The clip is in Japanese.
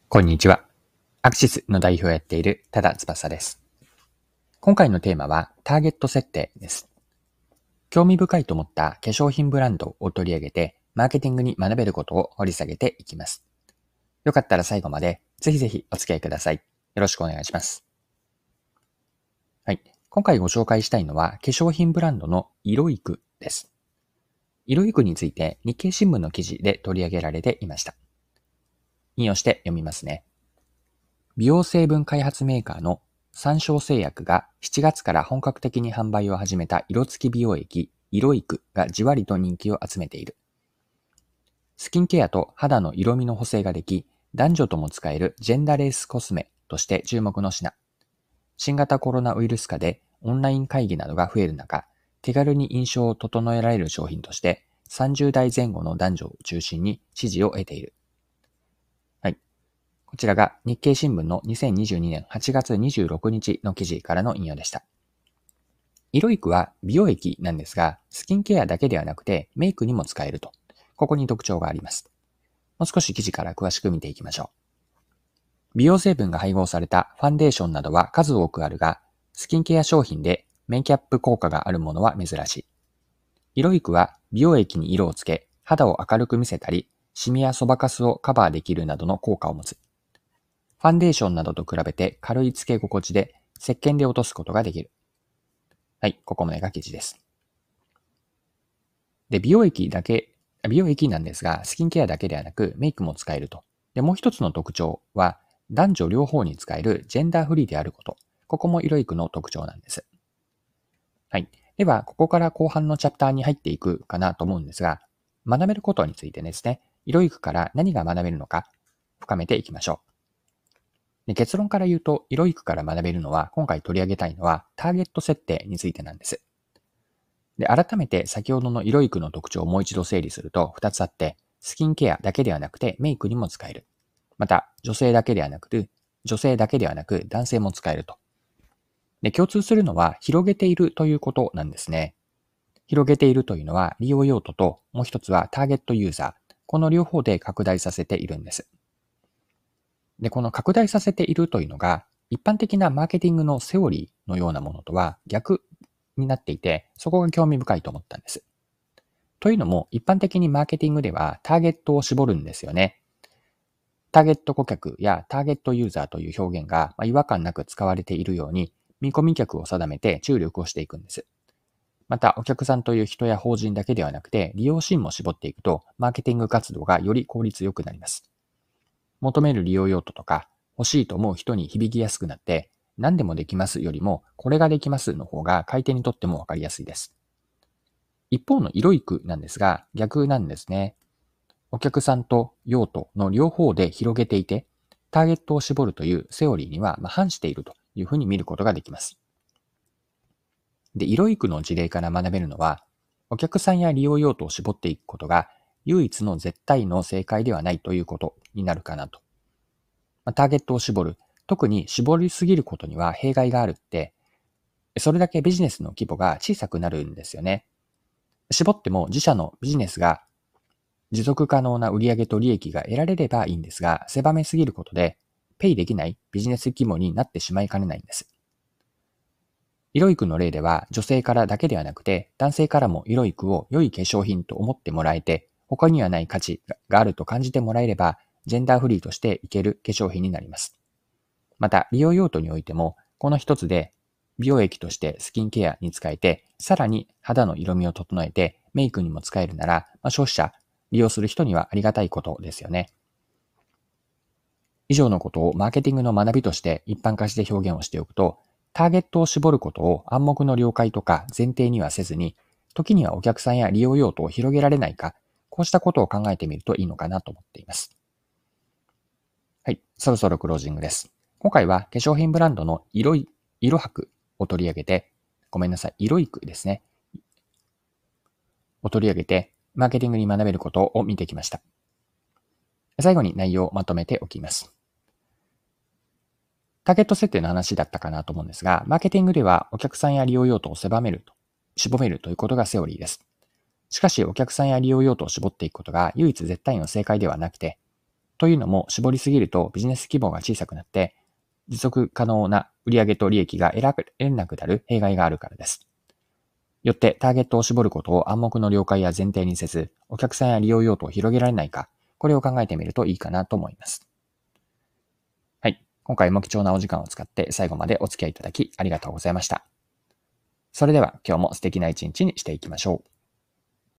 こんにちは。アクシスの代表をやっている多田翼です。今回のテーマはターゲット設定です。興味深いと思った化粧品ブランドを取り上げて、マーケティングに学べることを掘り下げていきます。よかったら最後までぜひぜひお付き合いください。よろしくお願いします。はい。今回ご紹介したいのは化粧品ブランドの色いくです。色いくについて日経新聞の記事で取り上げられていました。引用して読みますね。美容成分開発メーカーの三商製薬が7月から本格的に販売を始めた色付き美容液、色いくがじわりと人気を集めている。スキンケアと肌の色味の補正ができ、男女とも使えるジェンダーレスコスメとして注目の品。新型コロナウイルス禍でオンライン会議などが増える中、手軽に印象を整えられる商品として30代前後の男女を中心に支持を得ている。こちらが日経新聞の2022年8月26日の記事からの引用でした。色いくは美容液なんですが、スキンケアだけではなくてメイクにも使えると。ここに特徴があります。もう少し記事から詳しく見ていきましょう。美容成分が配合されたファンデーションなどは数多くあるが、スキンケア商品でメイキャップ効果があるものは珍しい。色いくは美容液に色をつけ、肌を明るく見せたり、シミやそばかすをカバーできるなどの効果を持つ。ファンデーションなどと比べて軽い付け心地で石鹸で落とすことができる。はい、ここまでが記事です。で、美容液なんですが、スキンケアだけではなくメイクも使えると。で、もう一つの特徴は、男女両方に使えるジェンダーフリーであること。ここも色液の特徴なんです。はい。では、ここから後半のチャプターに入っていくかなと思うんですが、学べることについてですね、色液から何が学べるのか、深めていきましょう。で、結論から言うと、色いくから学べるのは、今回取り上げたいのは、ターゲット設定についてなんです。で、改めて先ほどの色いくの特徴をもう一度整理すると、2つあって、スキンケアだけではなくてメイクにも使える。また、女性だけではなく男性も使えると。で、共通するのは、広げているということなんですね。広げているというのは、利用用途と、もう一つはターゲットユーザー。この両方で拡大させているんです。で、この拡大させているというのが、一般的なマーケティングのセオリーのようなものとは逆になっていて、そこが興味深いと思ったんです。というのも、一般的にマーケティングではターゲットを絞るんですよね。ターゲット顧客やターゲットユーザーという表現が違和感なく使われているように、見込み客を定めて注力をしていくんです。また、お客さんという人や法人だけではなくて、利用シーンも絞っていくと、マーケティング活動がより効率よくなります。求める利用用途とか、欲しいと思う人に響きやすくなって、何でもできますよりも、これができますの方が買い手にとってもわかりやすいです。一方の色いくなんですが、逆なんですね。お客さんと用途の両方で広げていて、ターゲットを絞るというセオリーには反しているというふうに見ることができます。で、色いくの事例から学べるのは、お客さんや利用用途を絞っていくことが唯一の絶対の正解ではないということになるかなと。ターゲットを絞る。特に絞りすぎることには弊害があるって、それだけビジネスの規模が小さくなるんですよね。絞っても自社のビジネスが持続可能な売上と利益が得られればいいんですが、狭めすぎることで、ペイできないビジネス規模になってしまいかねないんです。色育の例では、女性からだけではなくて、男性からも色育を良い化粧品と思ってもらえて、他にはない価値があると感じてもらえれば、ジェンダーフリーとしていける化粧品になります。また、利用用途においても、この一つで、美容液としてスキンケアに使えて、さらに肌の色味を整えて、メイクにも使えるなら、消費者、利用する人にはありがたいことですよね。以上のことをマーケティングの学びとして一般化して表現をしておくと、ターゲットを絞ることを暗黙の了解とか前提にはせずに、時にはお客さんや利用用途を広げられないか、こうしたことを考えてみるといいのかなと思っています。はい、そろそろクロージングです。今回は化粧品ブランドの色白を取り上げて、色育ですね。を取り上げて、マーケティングに学べることを見てきました。最後に内容をまとめておきます。ターゲット設定の話だったかなと思うんですが、マーケティングではお客さんや利用用途を絞めるということがセオリーです。しかし、お客さんや利用用途を絞っていくことが唯一絶対の正解ではなくて、 というのも、絞りすぎるとビジネス規模が小さくなって、持続可能な売上と利益が得られなくなる弊害があるからです。よってターゲットを絞ることを暗黙の了解や前提にせず、お客さんや利用用途を広げられないか、これを考えてみるといいかなと思います。はい。今回も貴重なお時間を使って最後までお付き合いいただきありがとうございました。それでは今日も素敵な一日にしていきましょう。